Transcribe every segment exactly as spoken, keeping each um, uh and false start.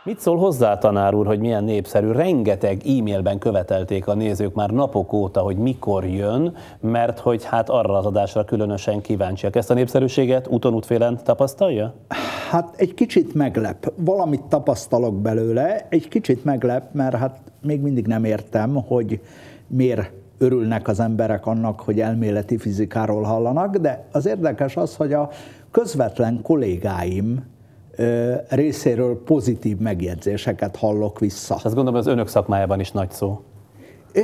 Mit szól hozzá, tanár úr, hogy milyen népszerű? Rengeteg e-mailben követelték a nézők már napok óta, hogy mikor jön, mert hogy hát arra az adásra különösen kíváncsiak. Ezt a népszerűséget úton útfélen tapasztalja? Hát egy kicsit meglep. Valamit tapasztalok belőle, egy kicsit meglep, mert hát még mindig nem értem, hogy miért örülnek az emberek annak, hogy elméleti fizikáról hallanak, de az érdekes az, hogy a közvetlen kollégáim részéről pozitív megjegyzéseket hallok vissza. Azt gondolom, az önök szakmájában is nagy szó. Ö,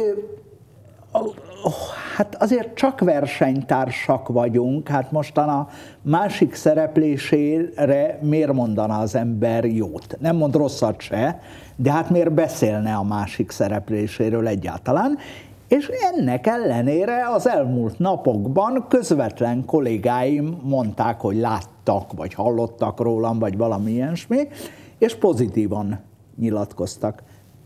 hát azért csak versenytársak vagyunk, hát mostan a másik szereplésére miért mondaná az ember jót? Nem mond rosszat se, de hát miért beszélne a másik szerepléséről egyáltalán? És ennek ellenére az elmúlt napokban közvetlen kollégáim mondták, hogy láttak, vagy hallottak rólam, vagy valami ilyesmi, és pozitívan nyilatkoztak.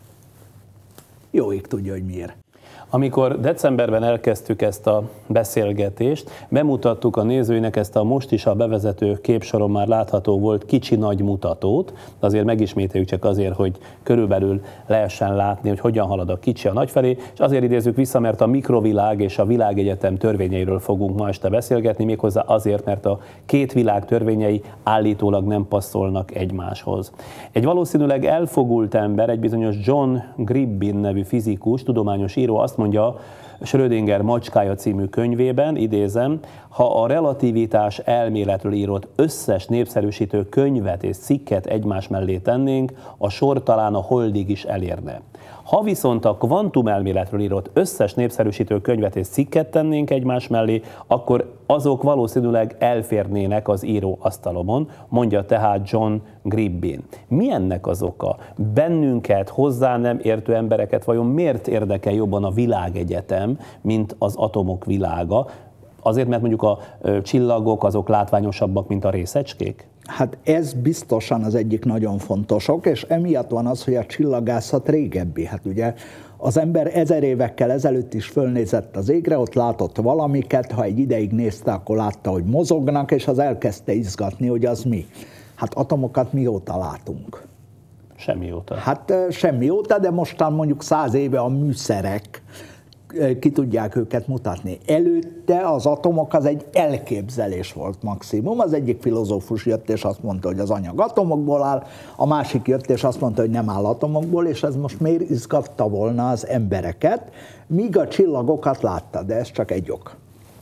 Jó ég tudja, hogy miért. Amikor decemberben elkezdtük ezt a beszélgetést, bemutattuk a nézőinek ezt a most is a bevezető képsoron már látható volt kicsi-nagy mutatót, azért megismételjük csak azért, hogy körülbelül lehessen látni, hogy hogyan halad a kicsi a nagy felé, és azért idézzük vissza, mert a mikrovilág és a világegyetem törvényeiről fogunk ma este beszélgetni, méghozzá azért, mert a két világ törvényei állítólag nem passzolnak egymáshoz. Egy valószínűleg elfogult ember, egy bizonyos John Gribbin nevű fizikus, tudományos író azt mondja Schrödinger macskája című könyvében, idézem, ha a relativitás elméletről írott összes népszerűsítő könyvet és cikket egymás mellé tennénk, a sor talán a holdig is elérne. Ha viszont a kvantumelméletről írott összes népszerűsítő könyvet és cikket tennénk egymás mellé, akkor azok valószínűleg elférnének az író asztalomon, mondja tehát John Gribbin. Mi ennek az oka? Bennünket, hozzá nem értő embereket vajon miért érdekel jobban a világegyetem, mint az atomok világa? Azért, mert mondjuk a csillagok azok látványosabbak, mint a részecskék? Hát ez biztosan az egyik nagyon fontos ok, és emiatt van az, hogy a csillagászat régebbi. Hát ugye az ember ezer évekkel ezelőtt is fölnézett az égre, ott látott valamiket, ha egy ideig nézte, akkor látta, hogy mozognak, és az elkezdte izgatni, hogy az mi. Hát atomokat mióta látunk? Semmióta. Hát semmióta, de mostan mondjuk száz éve a műszerek ki tudják őket mutatni. Előtte az atomok az egy elképzelés volt maximum. Az egyik filozófus jött és azt mondta, hogy az anyag atomokból áll, a másik jött és azt mondta, hogy nem áll atomokból, és ez most miért izgatta volna az embereket, míg a csillagokat látta, de ez csak egy ok.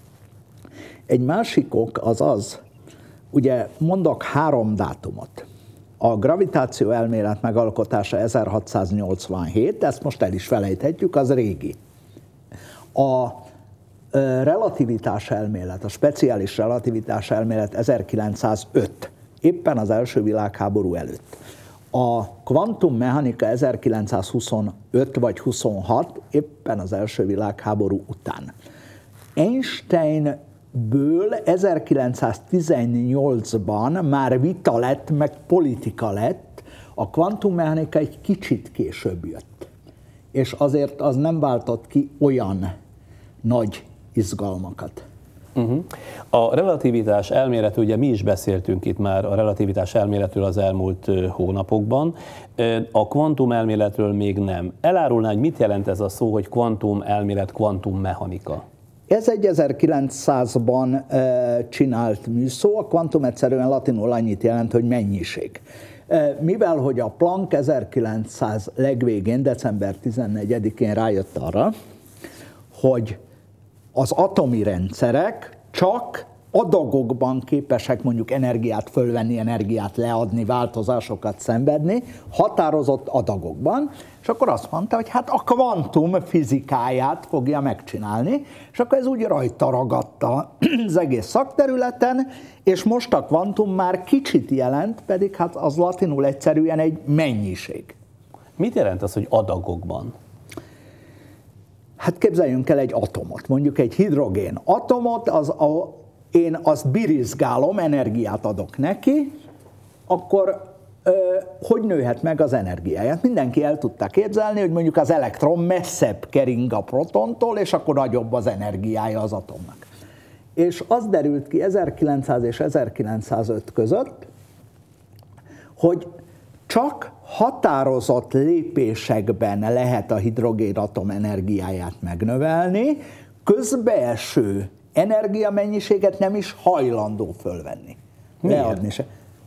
Egy másik ok az az, ugye mondok három dátumot. A gravitáció elmélet megalkotása ezerhatszáznyolcvanhét, ezt most el is felejthetjük, az régi. A relativitás elmélet, a speciális relativitás elmélet ezerkilencszázöt, éppen az első világháború előtt. A kvantummechanika ezerkilencszázhuszonöt vagy huszonhat, éppen az első világháború után. Einsteinből ezerkilencszáztizennyolcban már vita lett, meg politika lett, a kvantummechanika egy kicsit később jött. És azért az nem váltott ki olyan nagy izgalmakat. Uh-huh. A relativitás elmélet, ugye mi is beszéltünk itt már a relativitás elméletről az elmúlt hónapokban, a kvantum elméletről még nem. Elárulná, hogy mit jelent ez a szó, hogy kvantum elmélet, kvantum mechanika? Ez egy ezerkilencszázban csinált műszó, a kvantum egyszerűen latinul annyit jelent, hogy mennyiség. Mivel, hogy a Planck ezerkilencszáz legvégén, december tizennegyedikén rájött arra, hogy az atomi rendszerek csak adagokban képesek mondjuk energiát fölvenni, energiát leadni, változásokat szenvedni, határozott adagokban, és akkor azt mondta, hogy hát a kvantum fizikáját fogja megcsinálni, és akkor ez úgy rajta ragadta az egész szakterületen, és most a kvantum már kicsit jelent, pedig hát az latinul egyszerűen egy mennyiség. Mit jelent az, hogy adagokban? Hát képzeljünk el egy atomot, mondjuk egy hidrogén atomot, az a, én azt birizgálom, energiát adok neki, akkor ö, hogy nőhet meg az energiáját? Mindenki el tudta képzelni, hogy mondjuk az elektron messzebb kering a protontól, és akkor nagyobb az energiája az atomnak. És az derült ki ezerkilencszáz és ezerkilencszázöt között, hogy csak határozott lépésekben lehet a hidrogénatom energiáját megnövelni, közbeeső energiamennyiséget nem is hajlandó fölvenni. Miért? Leadni se.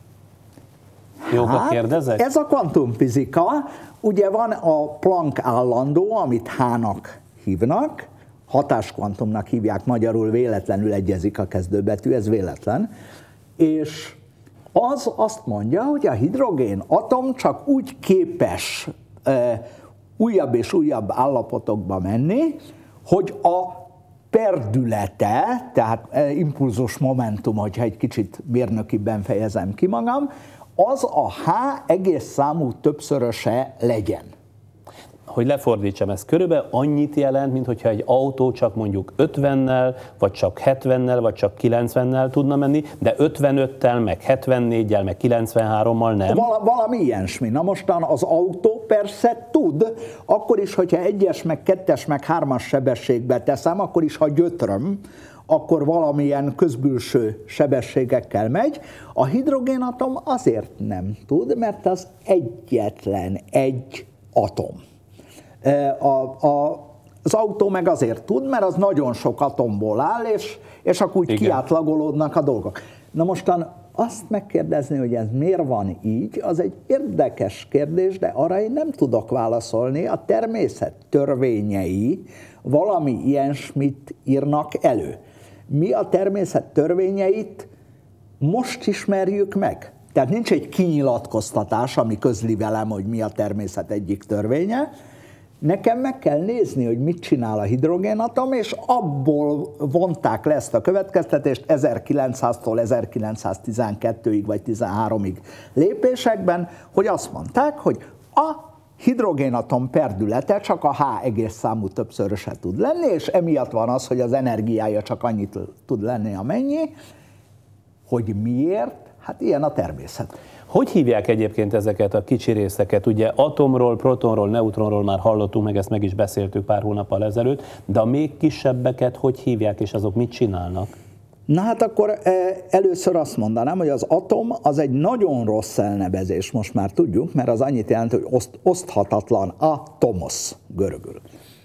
Jókat Hát, kérdezek? ez a kvantumfizika, ugye van a Planck állandó, amit H-nak hívnak, hatáskvantumnak hívják, magyarul véletlenül egyezik a kezdőbetű, ez véletlen, és az azt mondja, hogy a hidrogén atom csak úgy képes e, újabb és újabb állapotokba menni, hogy a perdülete, tehát e, impulzus momentum, hogyha egy kicsit mérnökiben fejezem ki magam, az a H egész számú többszöröse legyen. Hogy lefordítsam, ez körülbelül annyit jelent, mint hogyha egy autó csak mondjuk ötvennel, vagy csak hetvennel, vagy csak kilencvennel tudna menni, de ötvenöttel, meg hetvennégyel, meg kilencvenhárommal nem. Val- valami ilyesmi. Na mostan az autó persze tud, akkor is, hogyha egyes, meg kettes, meg hármas sebességbe teszem, akkor is, ha gyötröm, akkor valamilyen közbülső sebességekkel megy. A hidrogénatom azért nem tud, mert az egyetlen egy atom. A, a, az autó meg azért tud, mert az nagyon sok atomból áll, és, és akkor úgy Igen. kiátlagolódnak a dolgok. Na mostan azt megkérdezni, hogy ez miért van így, az egy érdekes kérdés, de arra én nem tudok válaszolni. A természet törvényei valami ilyesmit írnak elő. Mi a természet törvényeit most ismerjük meg. Tehát nincs egy kinyilatkoztatás, ami közli velem, hogy mi a természet egyik törvénye. Nekem meg kell nézni, hogy mit csinál a hidrogénatom, és abból vonták le ezt a következtetést ezerkilencszáztól ezerkilencszáztizenkettőig vagy tizenháromig lépésekben, hogy azt mondták, hogy a hidrogénatom perdülete csak a H egész számú többszöröse tud lenni, és emiatt van az, hogy az energiája csak annyit tud lenni, amennyi. Hogy miért? Hát ilyen a természet. Hogy hívják egyébként ezeket a kicsi részeket? Ugye atomról, protonról, neutronról már hallottunk, meg ezt meg is beszéltük pár hónappal ezelőtt, de a még kisebbeket hogy hívják, és azok mit csinálnak? Na hát akkor először azt mondanám, hogy az atom az egy nagyon rossz elnevezés, most már tudjuk, mert az annyit jelent, hogy oszt, oszthatatlan, atomos görögül.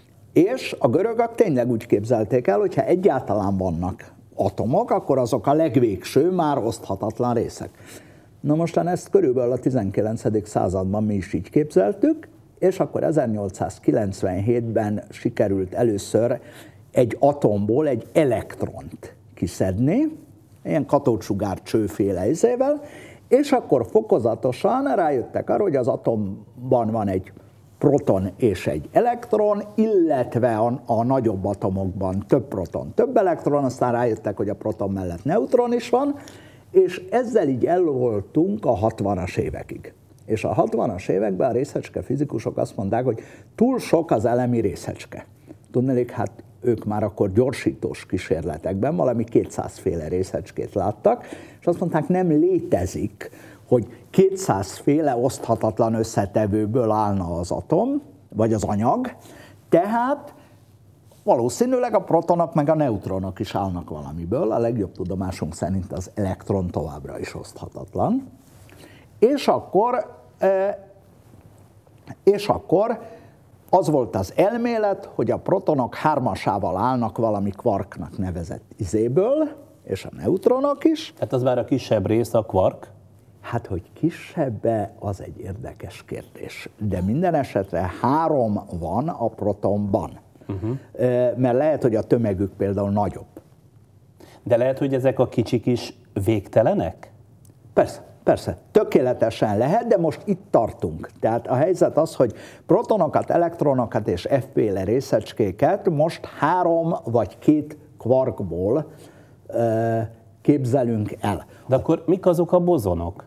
És a görögök tényleg úgy képzelték el, hogyha egyáltalán vannak atomok, akkor azok a legvégső, már oszthatatlan részek. Na mostan ezt körülbelül a tizenkilencedik században mi is így képzeltük, és akkor ezernyolcszázkilencvenhétben sikerült először egy atomból egy elektront kiszedni, ilyen katódsugár csőféle izével, és akkor fokozatosan rájöttek arra, hogy az atomban van egy proton és egy elektron, illetve a, a nagyobb atomokban több proton, több elektron, aztán rájöttek, hogy a proton mellett neutron is van, és ezzel így elvoltunk a hatvanas évekig. És a hatvanas években a részecske fizikusok azt mondták, hogy túl sok az elemi részecske. Tudnék, hát ők már akkor gyorsítós kísérletekben valami kétszáz féle részecskét láttak, és azt mondták, nem létezik, hogy kétszáz féle oszthatatlan összetevőből állna az atom, vagy az anyag, tehát valószínűleg a protonok meg a neutronok is állnak valamiből, a legjobb tudomásunk szerint az elektron továbbra is oszthatatlan. És akkor, és akkor az volt az elmélet, hogy a protonok hármasával állnak valami kvarknak nevezett izéből, és a neutronok is. Tehát az már a kisebb rész, a kvark? Hát, hogy kisebbe, az egy érdekes kérdés. De minden esetre három van a protonban. Uh-huh. Mert lehet, hogy a tömegük például nagyobb. De lehet, hogy ezek a kicsik is végtelenek? Persze, persze. Tökéletesen lehet, de most itt tartunk. Tehát a helyzet az, hogy protonokat, elektronokat és F-féle részecskéket most három vagy két kvarkból uh, képzelünk el. De akkor mik azok a bozonok?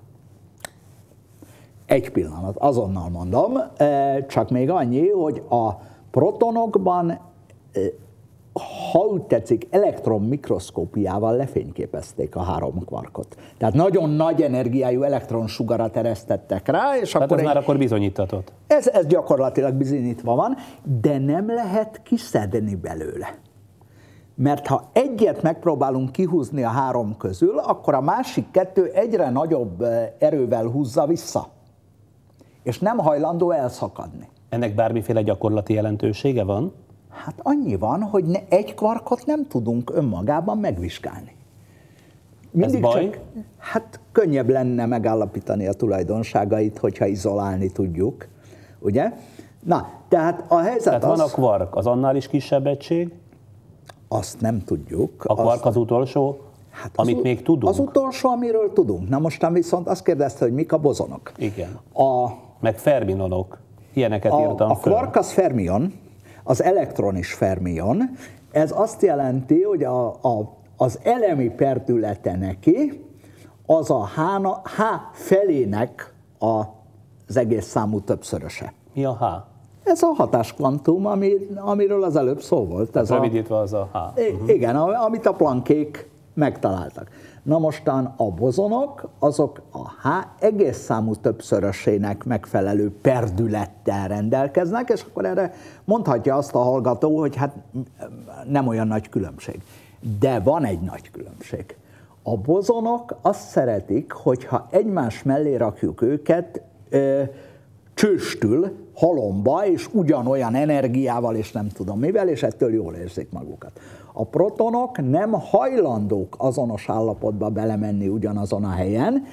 Egy pillanat, azonnal mondom, csak még annyi, hogy a protonokban, ha úgy tetszik, elektronmikroszkópiával lefényképezték a három kvarkot. Tehát nagyon nagy energiájú elektronsugarat eresztettek rá, és Tehát akkor... ez egy... már akkor bizonyítatott. Ez, ez gyakorlatilag bizonyítva van, de nem lehet kiszedni belőle. Mert ha egyet megpróbálunk kihúzni a három közül, akkor a másik kettő egyre nagyobb erővel húzza vissza. és nem hajlandó elszakadni. Ennek bármiféle gyakorlati jelentősége van? Hát annyi van, hogy ne, egy kvarkot nem tudunk önmagában megvizsgálni. Mindig Ez baj? Csak, hát könnyebb lenne megállapítani a tulajdonságait, hogyha izolálni tudjuk, ugye? Na, tehát a helyzet tehát az... van a kvark, az annál is kisebb egység? Azt nem tudjuk. A kvark azt, az utolsó, hát az amit ut- még tudunk? Az utolsó, amiről tudunk. Na mostan viszont azt kérdezte, hogy mik a bozonok. Igen. A, meg fermionok. Ilyeneket a, írtam A föl. kvark az fermion, az elektron is fermion. Ez azt jelenti, hogy a, a, az elemi perdülete neki az a H, H felének az egész számú többszöröse. Mi a H? Ez a hatáskvantum, ami, amiről az előbb szó volt. Ez rövidítve az a H. Uh-huh. Igen, amit a Planckék megtaláltak. Na mostan a bozonok, azok a H egész számú többszörösének megfelelő perdülettel rendelkeznek, és akkor erre mondhatja azt a hallgató, hogy hát nem olyan nagy különbség. De van egy nagy különbség. A bozonok azt szeretik, hogyha egymás mellé rakjuk őket, ö, csőstül, halomba, és ugyanolyan energiával, és nem tudom mivel, és ettől jól érzik magukat. A protonok nem hajlandók azonos állapotba belemenni ugyanazon a helyen.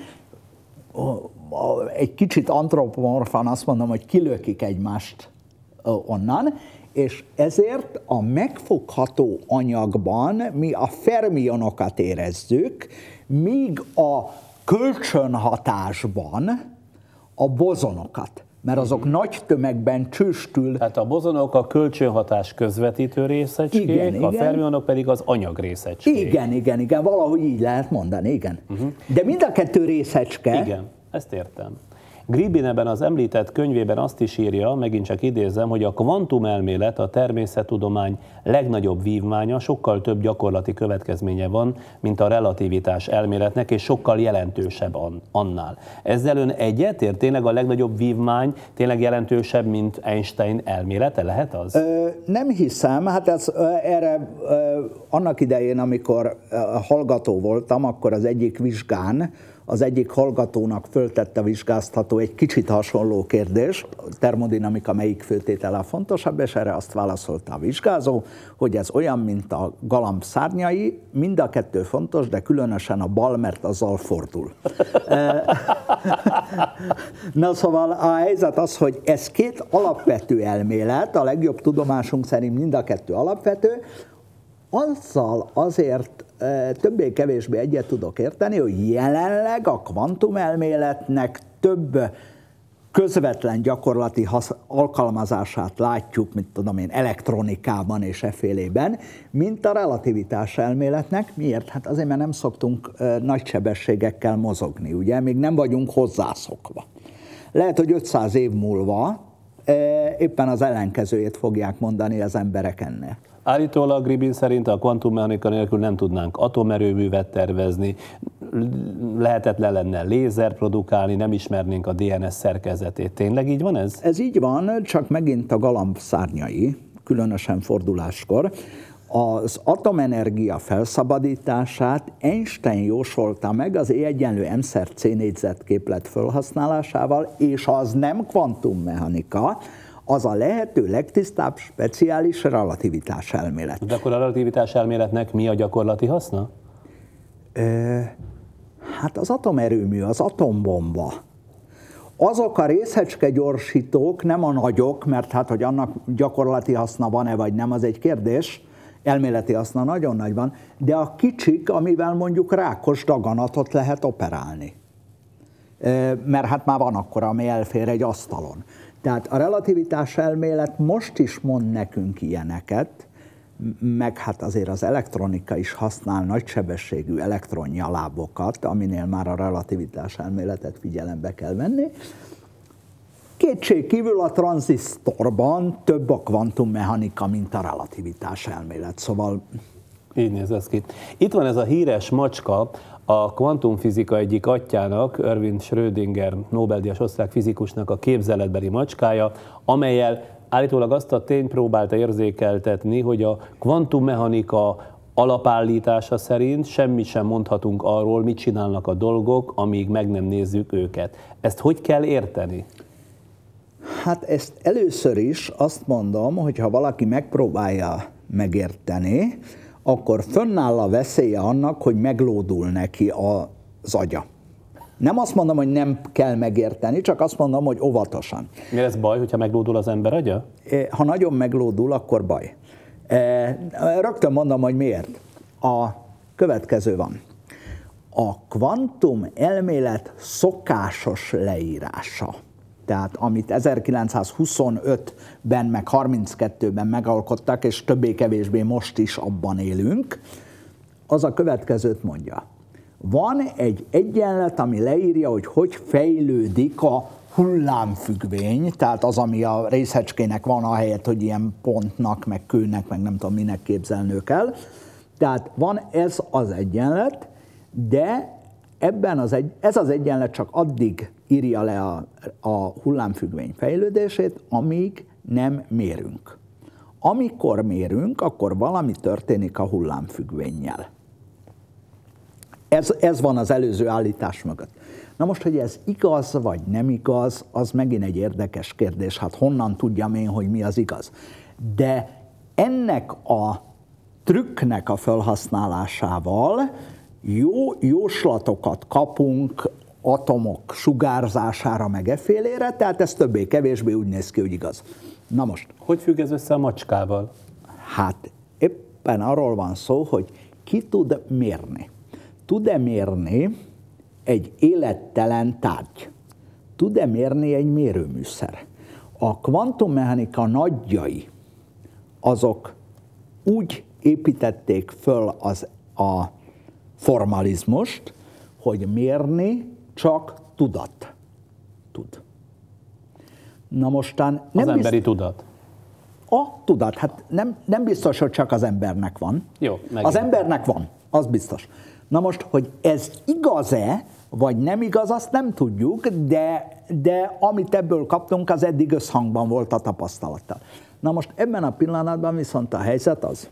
Egy kicsit antropomorfan azt mondom, hogy kilökik egymást onnan, és ezért a megfogható anyagban mi a fermionokat érezzük, míg a kölcsönhatásban a bozonokat, mert azok mm. nagy tömegben csőstül. Tehát a bozonok a kölcsönhatás közvetítő részecskék, igen, a igen. fermionok pedig az anyag részecskék. Igen, igen, igen, valahogy így lehet mondani, igen. Uh-huh. De mind a kettő részecske. Igen, ezt értem. Gribin ebben az említett könyvében azt is írja, megint csak idézem, hogy a kvantumelmélet a természettudomány legnagyobb vívmánya, sokkal több gyakorlati következménye van, mint a relativitás elméletnek, és sokkal jelentősebb annál. Ezzel ön egyetért? Tényleg a legnagyobb vívmány tényleg jelentősebb, mint Einstein elmélete? Lehet az? Ö, nem hiszem. Hát ez, ö, erre ö, annak idején, amikor ö, hallgató voltam, akkor az egyik vizsgán az egyik hallgatónak föltette a vizsgáztató egy kicsit hasonló kérdés, termodinamika melyik főtétele a fontosabb, és erre azt válaszolta a vizsgázó, hogy ez olyan, mint a galamb szárnyai, mind a kettő fontos, de különösen a bal, mert azzal fordul. Na szóval a helyzet az, hogy ez két alapvető elmélet, a legjobb tudomásunk szerint mind a kettő alapvető, azzal azért többé-kevésbé egyet tudok érteni, hogy jelenleg a kvantumelméletnek több közvetlen gyakorlati hasz, alkalmazását látjuk, mint tudom én, elektronikában és effélében, mint a relativitás elméletnek. Miért? Hát azért, mert nem szoktunk nagy sebességekkel mozogni, ugye? Még nem vagyunk hozzászokva. Lehet, hogy ötszáz év múlva éppen az ellenkezőjét fogják mondani az emberek ennek. Állítólag Gribin szerint a kvantummechanika nélkül nem tudnánk atomerőművet tervezni, lehetetlen lenne lézer produkálni, nem ismernénk a dé en es szerkezetét. Tényleg így van ez? Ez így van, csak megint a galamb szárnyai, különösen forduláskor. Az atomenergia felszabadítását Einstein jósolta meg az E egyenlő M szer C négyzetképlet felhasználásával, és az nem kvantummechanika, az a lehető legtisztább speciális relativitás elmélet. De akkor a relativitás elméletnek mi a gyakorlati haszna? Ö, hát az atomerőmű, az atombomba. Azok a részecske gyorsítók, nem a nagyok, mert hát, hogy annak gyakorlati haszna van-e vagy nem, az egy kérdés, elméleti haszna nagyon nagy van, de a kicsik, amivel mondjuk rákos daganatot lehet operálni. Ö, mert hát már van akkora, ami elfér egy asztalon. Tehát a relativitás elmélet most is mond nekünk ilyeneket, meg hát azért az elektronika is használ nagysebességű elektronnyalábokat, aminél már a relativitás elméletet figyelembe kell venni. Kétség kívül a tranzisztorban több a kvantummechanika, mint a relativitás elmélet, szóval... Így néz ez ki. Itt van ez a híres macska, a kvantumfizika egyik atyjának, Erwin Schrödinger Nobel-díjas osztrák fizikusnak a képzeletbeli macskája, amellyel állítólag azt a tényt próbálta érzékeltetni, hogy a kvantummechanika alapállítása szerint semmit sem mondhatunk arról, mit csinálnak a dolgok, amíg meg nem nézzük őket. Ezt hogy kell érteni? Hát ezt először is azt mondom, hogy ha valaki megpróbálja megérteni, akkor fönnáll a veszélye annak, hogy meglódul neki az agya. Nem azt mondom, hogy nem kell megérteni, csak azt mondom, hogy óvatosan. Miért ez baj, hogyha meglódul az ember agya? Ha nagyon meglódul, akkor baj. Rögtön mondom, hogy miért. A következő van. A kvantum elmélet szokásos leírása, tehát amit ezerkilencszázhuszonötben meg harminckettőben megalkottak, és többé-kevésbé most is abban élünk, az a következőt mondja. Van egy egyenlet, ami leírja, hogy hogy fejlődik a hullámfüggvény, tehát az, ami a részecskének van, ahelyett, hogy ilyen pontnak, meg kőnek, meg nem tudom, minek képzelnünk el. Tehát van ez az egyenlet, de ebben az egy, ez az egyenlet csak addig írja le a, a hullámfüggvény fejlődését, amíg nem mérünk. Amikor mérünk, akkor valami történik a hullámfüggvénnyel. Ez, ez van az előző állítás mögött. Na most, hogy ez igaz vagy nem igaz, az megint egy érdekes kérdés. Hát honnan tudjam én, hogy mi az igaz? De ennek a trükknek a felhasználásával jó jóslatokat kapunk atomok sugárzására meg efélére, tehát ez többé-kevésbé úgy néz ki, hogy igaz. Na most. Hogy függ ez össze a macskával? Hát éppen arról van szó, hogy ki tud mérni. Tud-e mérni egy élettelen tárgy? Tud-e mérni egy mérőműszer? A kvantummechanika nagyjai, azok úgy építették föl az, a formalizmust, hogy mérni csak tudat tud. Na mostan... Nem az emberi bizt... tudat. A tudat. Hát nem, nem biztos, hogy csak az embernek van. Jó, az embernek van, az biztos. Na most, hogy ez igaz-e, vagy nem igaz, azt nem tudjuk, de, de amit ebből kaptunk, az eddig összhangban volt a tapasztalattal. Na most ebben a pillanatban viszont a helyzet az.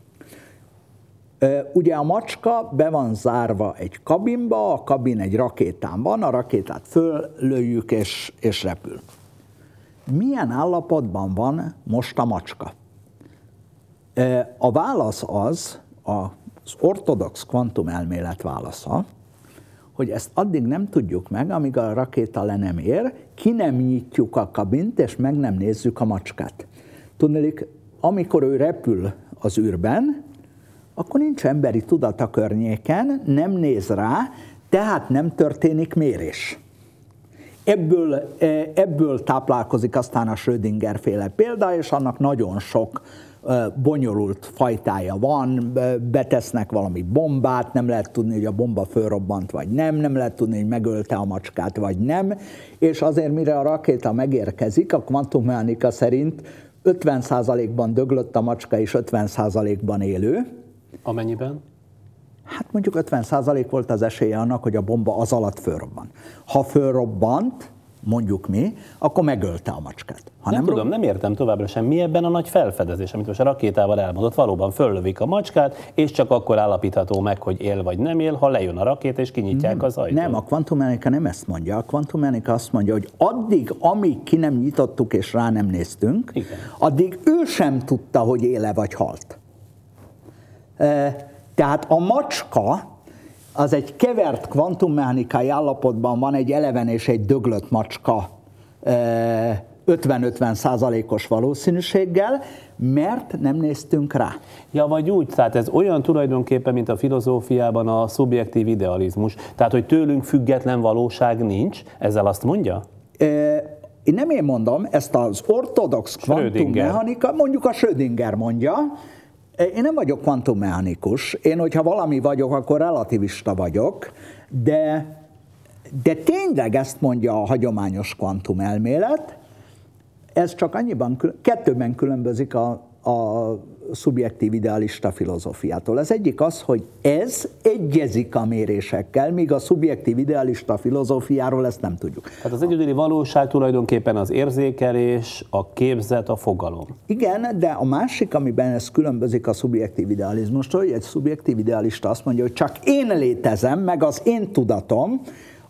Ugye a macska be van zárva egy kabinba, a kabin egy rakétán van, a rakétát föllőjük és, és repül. Milyen állapotban van most a macska? A válasz az, az ortodox kvantumelmélet válasza, hogy ezt addig nem tudjuk meg, amíg a rakéta le nem ér, ki nem nyitjuk a kabint, és meg nem nézzük a macskát. Tudnélik, amikor ő repül az űrben, akkor nincs emberi tudat a környéken, nem néz rá, tehát nem történik mérés. Ebből, ebből táplálkozik aztán a Schrödinger-féle példa, és annak nagyon sok bonyolult fajtája van, betesznek valami bombát, nem lehet tudni, hogy a bomba fölrobbant vagy nem, nem lehet tudni, hogy megölte a macskát vagy nem, és azért mire a rakéta megérkezik, a kvantummechanika szerint ötven százalékban döglött a macska és ötven százalékban élő. Amennyiben? Hát mondjuk ötven százalék volt az esélye annak, hogy a bomba az alatt fölrobban. Ha fölrobbant, mondjuk mi, akkor megölte a macskát. Ha nem, nem tudom, nem értem továbbra sem, mi ebben a nagy felfedezés, amit most a rakétával elmondott, valóban föllövik a macskát, és csak akkor állapítható meg, hogy él vagy nem él, ha lejön a rakéta, és kinyitják nem, az ajtót. Nem, a kvantummechanika nem ezt mondja. A kvantummechanika azt mondja, hogy addig, amíg ki nem nyitottuk és rá nem néztünk, igen, addig ő sem tudta, hogy éle vagy halt. Tehát a macska az egy kevert kvantummechanikai állapotban van, egy eleven és egy döglött macska ötven-ötven százalékos valószínűséggel, mert nem néztünk rá. Ja, vagy úgy, tehát ez olyan tulajdonképpen, mint a filozófiában a szubjektív idealizmus, tehát hogy tőlünk független valóság nincs, ezzel azt mondja? Én nem én mondom, ezt az ortodox kvantummechanika, mondjuk a Schrödinger mondja. Én nem vagyok kvantummechanikus, én, hogyha valami vagyok, akkor relativista vagyok, de, de tényleg ezt mondja a hagyományos kvantumelmélet, ez csak annyiban, kettőben különbözik a, a szubjektív idealista filozófiától. Az egyik az, hogy ez egyezik a mérésekkel, míg a szubjektív idealista filozófiáról ezt nem tudjuk. Tehát az egyedüli valóság tulajdonképpen az érzékelés, a képzet, a fogalom. Igen, de a másik, amiben ez különbözik a szubjektív idealizmustól, hogy egy szubjektív idealista azt mondja, hogy csak én létezem, meg az én tudatom,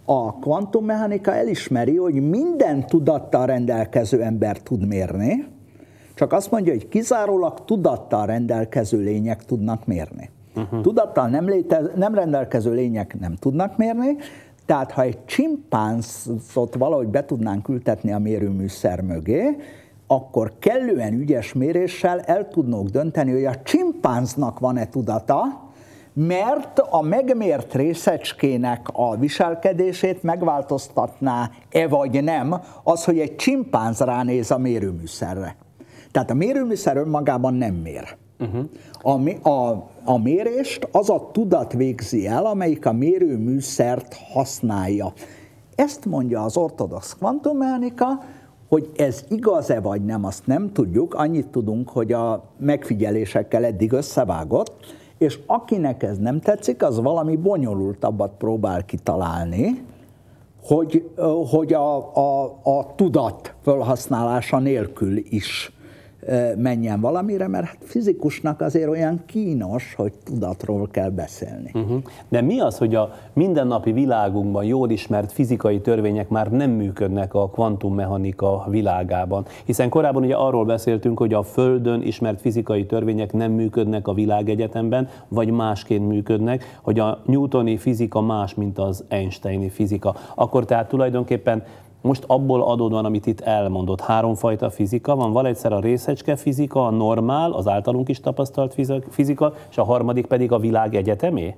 a kvantummechanika elismeri, hogy minden tudattal rendelkező ember tud mérni, csak azt mondja, hogy kizárólag tudattal rendelkező lények tudnak mérni. Uh-huh. Tudattal nem, létez, nem rendelkező lények nem tudnak mérni, tehát ha egy csimpánzot valahogy be tudnánk ültetni a mérőműszer mögé, akkor kellően ügyes méréssel el tudnók dönteni, hogy a csimpánznak van-e tudata, mert a megmért részecskének a viselkedését megváltoztatná-e vagy nem az, hogy egy csimpánz ránéz a mérőműszerre. Tehát a mérőműszer önmagában nem mér. Uh-huh. A, a, a mérést az a tudat végzi el, amelyik a mérőműszert használja. Ezt mondja az ortodox kvantummechanika, hogy ez igaz-e vagy nem, azt nem tudjuk, annyit tudunk, hogy a megfigyelésekkel eddig összevágott, és akinek ez nem tetszik, az valami bonyolultabbat próbál kitalálni, hogy, hogy a, a, a tudat felhasználása nélkül is menjen valamire, mert hát fizikusnak azért olyan kínos, hogy tudatról kell beszélni. Uh-huh. De mi az, hogy a mindennapi világunkban jól ismert fizikai törvények már nem működnek a kvantummechanika világában? Hiszen korábban ugye arról beszéltünk, hogy a Földön ismert fizikai törvények nem működnek a világegyetemben, vagy másként működnek, hogy a newtoni fizika más, mint az einsteini fizika. Akkor tehát tulajdonképpen most abból adódóan, amit itt elmondott, háromfajta fizika van, van egyszer a részecske fizika, a normál, az általunk is tapasztalt fizika, és a harmadik pedig a világ egyetemé?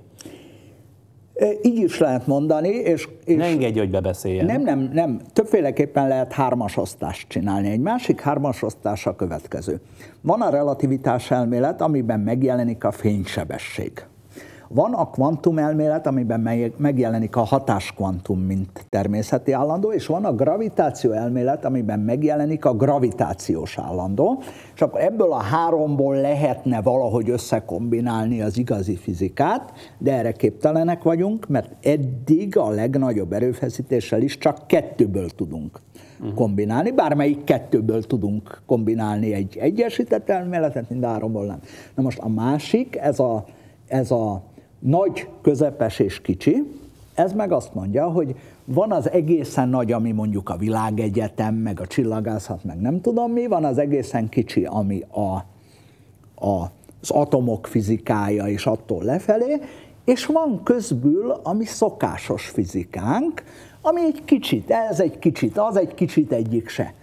Így is lehet mondani, és... és ne engedj, hogy bebeszéljen. Nem, nem, nem. Többféleképpen lehet hármas osztást csinálni. Egy másik hármas osztás a következő. Van a relativitás elmélet, amiben megjelenik a fénysebesség. Van a kvantumelmélet, amiben megjelenik a hatáskvantum, mint természeti állandó, és van a gravitáció elmélet, amiben megjelenik a gravitációs állandó, és akkor ebből a háromból lehetne valahogy összekombinálni az igazi fizikát, de erre képtelenek vagyunk, mert eddig a legnagyobb erőfeszítéssel is csak kettőből tudunk kombinálni, bármelyik kettőből tudunk kombinálni egy egyesített elméletet, mind háromból nem. Na most a másik, ez a, ez a nagy, közepes és kicsi, ez meg azt mondja, hogy van az egészen nagy, ami mondjuk a világegyetem, meg a csillagászat, meg nem tudom mi, van az egészen kicsi, ami a, a, az atomok fizikája, és attól lefelé, és van közbül a mi szokásos fizikánk, ami egy kicsit, ez egy kicsit, az egy kicsit, egyik se.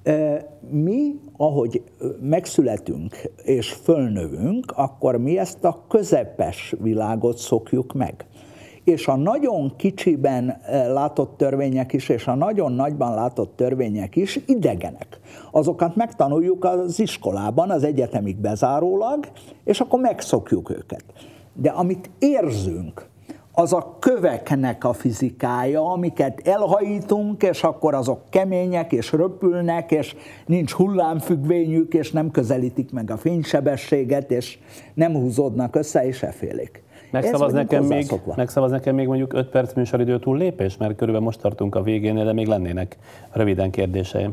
Mi, ahogy megszületünk és fölnövünk, akkor mi ezt a közepes világot szokjuk meg. És a nagyon kicsiben látott törvények is, és a nagyon nagyban látott törvények is idegenek. Azokat megtanuljuk az iskolában, az egyetemig bezárólag, és akkor megszokjuk őket. De amit érzünk, az a köveknek a fizikája, amiket elhajítunk, és akkor azok kemények, és röpülnek, és nincs hullámfüggvényük, és nem közelítik meg a fénysebességet, és nem húzódnak össze, és efélik. Megszavaz nekem, még, megszavaz nekem még mondjuk öt perc műsoridő túllépés, mert körülbelül most tartunk a végénél, de még lennének röviden kérdéseim.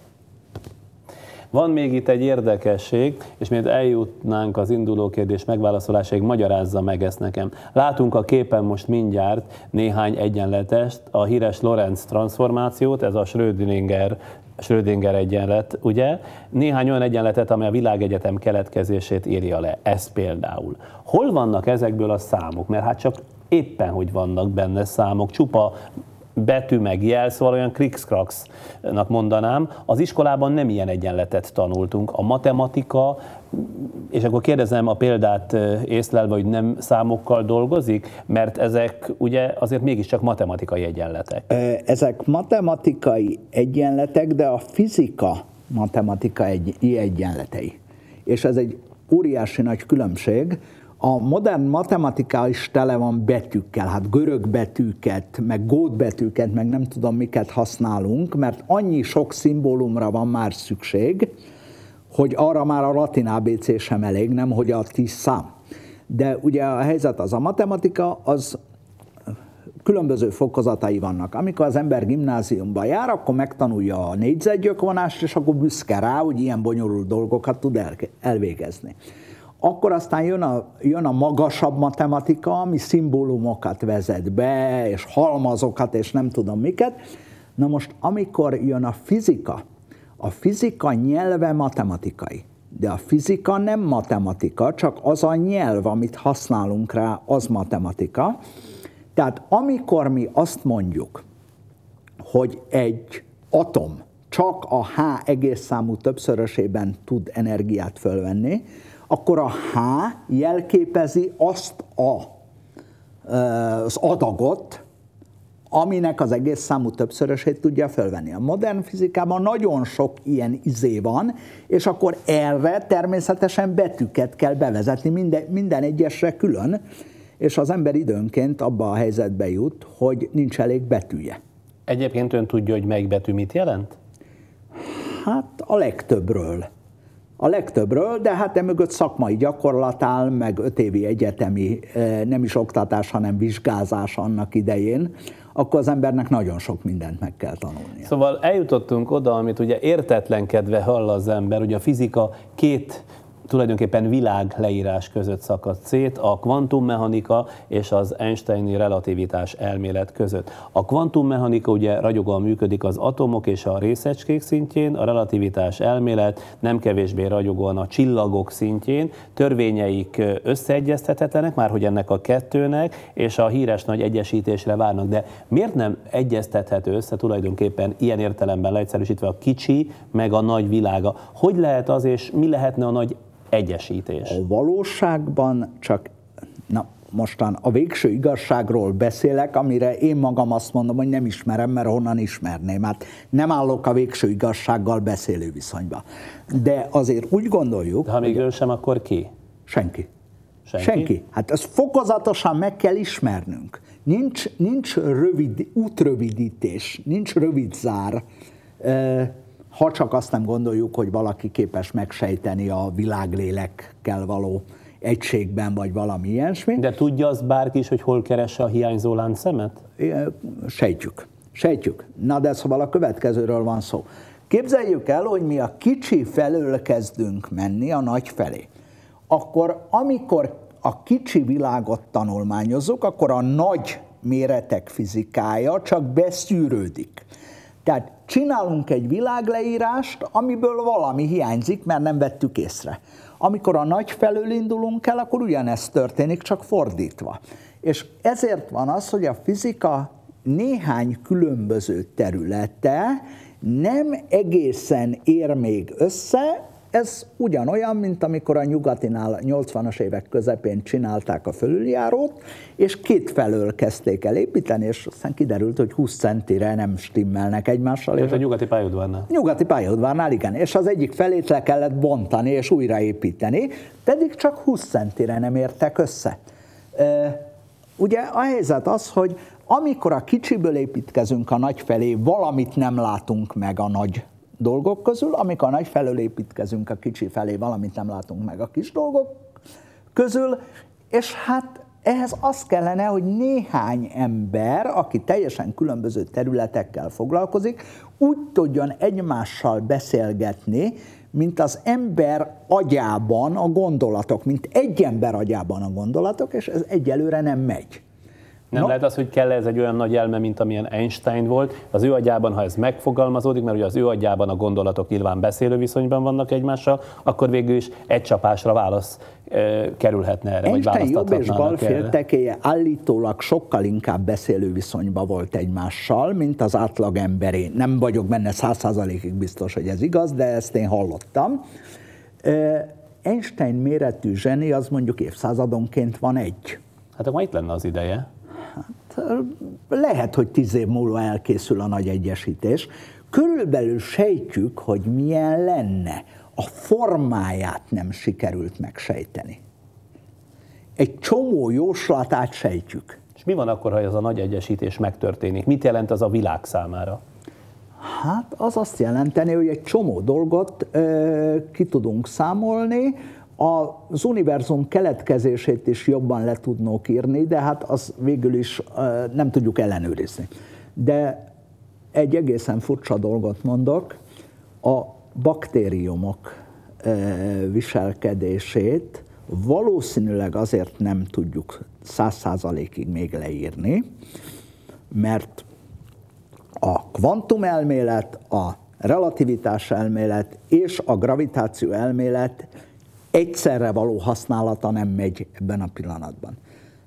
Van még itt egy érdekesség, és miért eljutnánk az induló kérdés megválaszolásáig, magyarázza meg ezt nekem. Látunk a képen most mindjárt néhány egyenletest, a híres Lorentz transformációt, ez a Schrödinger, Schrödinger egyenlet, ugye? Néhány olyan egyenletet, amely a világegyetem keletkezését írja le, ez például. Hol vannak ezekből a számok? Mert hát csak éppen, hogy vannak benne számok, csupa betű meg jel, szóval olyan krikszkraksznak mondanám. Az iskolában nem ilyen egyenletet tanultunk. A matematika, és akkor kérdezem a példát észlelve, hogy nem számokkal dolgozik, mert ezek ugye azért mégiscsak matematikai egyenletek. Ezek matematikai egyenletek, de a fizika matematikai egyenletei. És ez egy óriási nagy különbség. A modern matematika is tele van betűkkel, hát görög betűket, meg gótbetűket, meg nem tudom miket használunk, mert annyi sok szimbólumra van már szükség, hogy arra már a latin á bé cé sem elég, nem hogy a tíz szám. De ugye a helyzet az, a matematika az különböző fokozatai vannak. Amikor az ember gimnáziumba jár, akkor megtanulja a négyzetgyökvonást, és akkor büszke rá, hogy ilyen bonyolult dolgokat tud elvégezni. Akkor aztán jön a, jön a magasabb matematika, ami szimbólumokat vezet be, és halmazokat, és nem tudom miket. Na most, amikor jön a fizika, a fizika nyelve matematikai, de a fizika nem matematika, csak az a nyelv, amit használunk rá, az matematika. Tehát amikor mi azt mondjuk, hogy egy atom csak a H egész számú többszörösében tud energiát fölvenni, akkor a H jelképezi azt a, az adagot, aminek az egész számú többszörösét tudja fölvenni. A modern fizikában nagyon sok ilyen izé van, és akkor erre természetesen betűket kell bevezetni, minden, minden egyesre külön, és az ember időnként abba a helyzetbe jut, hogy nincs elég betűje. Egyébként ön tudja, hogy melyik betű mit jelent? Hát a legtöbbről. A legtöbbről, de hát emögött szakmai gyakorlat áll, meg öt évi egyetemi, nem is oktatás, hanem vizsgázás annak idején, akkor az embernek nagyon sok mindent meg kell tanulnia. Szóval eljutottunk oda, amit ugye értetlenkedve hall az ember, hogy a fizika két tulajdonképpen világ leírás között szakadt szét, a kvantummechanika és az Einsteini relativitás elmélet között. A kvantummechanika ugye ragyogóan működik az atomok és a részecskék szintjén, a relativitás elmélet nem kevésbé ragyogóan a csillagok szintjén, törvényeik összeegyeztethetetlenek, már hogy ennek a kettőnek, és a híres nagy egyesítésre várnak. De miért nem egyeztethető össze tulajdonképpen ilyen értelemben leegyszerűsítve a kicsi meg a nagy világa? Hogy lehet az, és mi lehetne a nagy egyesítés? A valóságban csak, na mostan a végső igazságról beszélek, amire én magam azt mondom, hogy nem ismerem, mert honnan ismerném. Hát nem állok a végső igazsággal beszélő viszonyba. De azért úgy gondoljuk... De ha még ő sem, akkor ki? Senki. Senki? Senki. Hát ezt fokozatosan meg kell ismernünk. Nincs, nincs rövid, útrövidítés, nincs rövid zár. Ha csak azt nem gondoljuk, hogy valaki képes megsejteni a világlélekkel való egységben, vagy valami ilyesmi. De tudja az bárki is, hogy hol keresse a hiányzó láncszemet? Sejtjük. Sejtjük. Na de szóval a következőről van szó. Képzeljük el, hogy mi a kicsi felől kezdünk menni a nagy felé. Akkor amikor a kicsi világot tanulmányozzuk, akkor a nagy méretek fizikája csak beszűrődik. Tehát csinálunk egy világleírást, amiből valami hiányzik, mert nem vettük észre. Amikor a nagy felől indulunk el, akkor ugyanezt történik, csak fordítva. És ezért van az, hogy a fizika néhány különböző területe nem egészen ér még össze. Ez ugyanolyan, mint amikor a nyugatinál nyolcvanas évek közepén csinálták a fölüljárót, és két felől kezdték el építeni, és aztán kiderült, hogy húsz centire nem stimmelnek egymással. Ez a nyugati pályaudvarnál. Nyugati pályaudvarnál, igen. És az egyik felét le kellett bontani és újraépíteni, pedig csak húsz centire nem értek össze. Ugye a helyzet az, hogy amikor a kicsiből építkezünk a nagy felé, valamit nem látunk meg a nagy dolgok közül, amikor a nagy felől építkezünk a kicsi felé, valamit nem látunk meg a kis dolgok közül, és hát ehhez az kellene, hogy néhány ember, aki teljesen különböző területekkel foglalkozik, úgy tudjon egymással beszélgetni, mint az ember agyában a gondolatok, mint egy ember agyában a gondolatok, és ez egyelőre nem megy. Nem no. lehet az, hogy kell ez egy olyan nagy elme, mint amilyen Einstein volt. Az ő agyában, ha ez megfogalmazódik, mert ugye az ő agyában a gondolatok nyilván beszélő viszonyban vannak egymással, akkor végül is egy csapásra válasz e, kerülhetne erre, vagy választathatnának erre. Einstein jobb és bal féltekéje állítólag sokkal inkább beszélő viszonyban volt egymással, mint az átlag emberé. Nem vagyok benne száz százalékig biztos, hogy ez igaz, de ezt én hallottam. E, Einstein méretű zseni, az mondjuk évszázadonként van egy. Hát akkor itt lenne az ideje. Hát, lehet, hogy tíz év múlva elkészül a nagy egyesítés. Körülbelül sejtjük, hogy milyen lenne. A formáját nem sikerült megsejteni. Egy csomó jóslatát sejtjük. És mi van akkor, ha ez a nagy egyesítés megtörténik? Mit jelent az a világ számára? Hát az azt jelenteni, hogy egy csomó dolgot ö, ki tudunk számolni, az univerzum keletkezését is jobban le tudnók írni, de hát az végül is nem tudjuk ellenőrizni. De egy egészen furcsa dolgot mondok, a baktériumok viselkedését Valószínűleg azért nem tudjuk száz százalékig még leírni, mert a kvantumelmélet, a relativitás elmélet és a gravitáció elmélet egyszerre való használata nem megy ebben a pillanatban.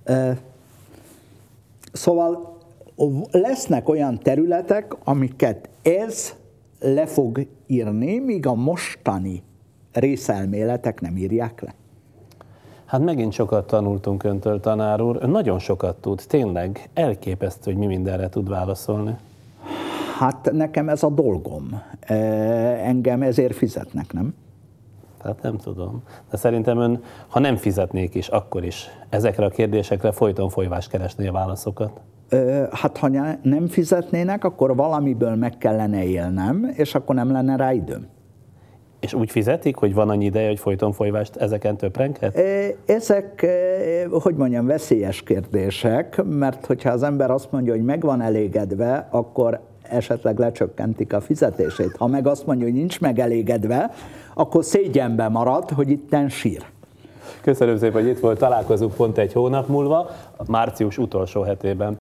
Szóval lesznek olyan területek, amiket ez le fog írni, míg a mostani részelméletek nem írják le. Hát megint sokat tanultunk öntől, tanár úr. Ön nagyon sokat tud, tényleg elképesztő, hogy mi mindenre tud válaszolni. Hát nekem ez a dolgom. Engem ezért fizetnek, nem? Hát nem tudom. De szerintem ön, ha nem fizetnék is, akkor is ezekre a kérdésekre folyton folyvást keresné a válaszokat. Hát ha nem fizetnének, akkor valamiből meg kellene élnem, és akkor nem lenne rá időm. És úgy fizetik, hogy van annyi ideje, hogy folyton folyvást ezeken töprenghet? Ezek, hogy mondjam, veszélyes kérdések, mert hogyha az ember azt mondja, hogy meg van elégedve, akkor esetleg lecsökkentik a fizetését. Ha meg azt mondja, hogy nincs megelégedve, akkor szégyenbe marad, hogy itten sír. Köszönöm szépen, hogy itt volt, találkozunk pont egy hónap múlva, március utolsó hetében.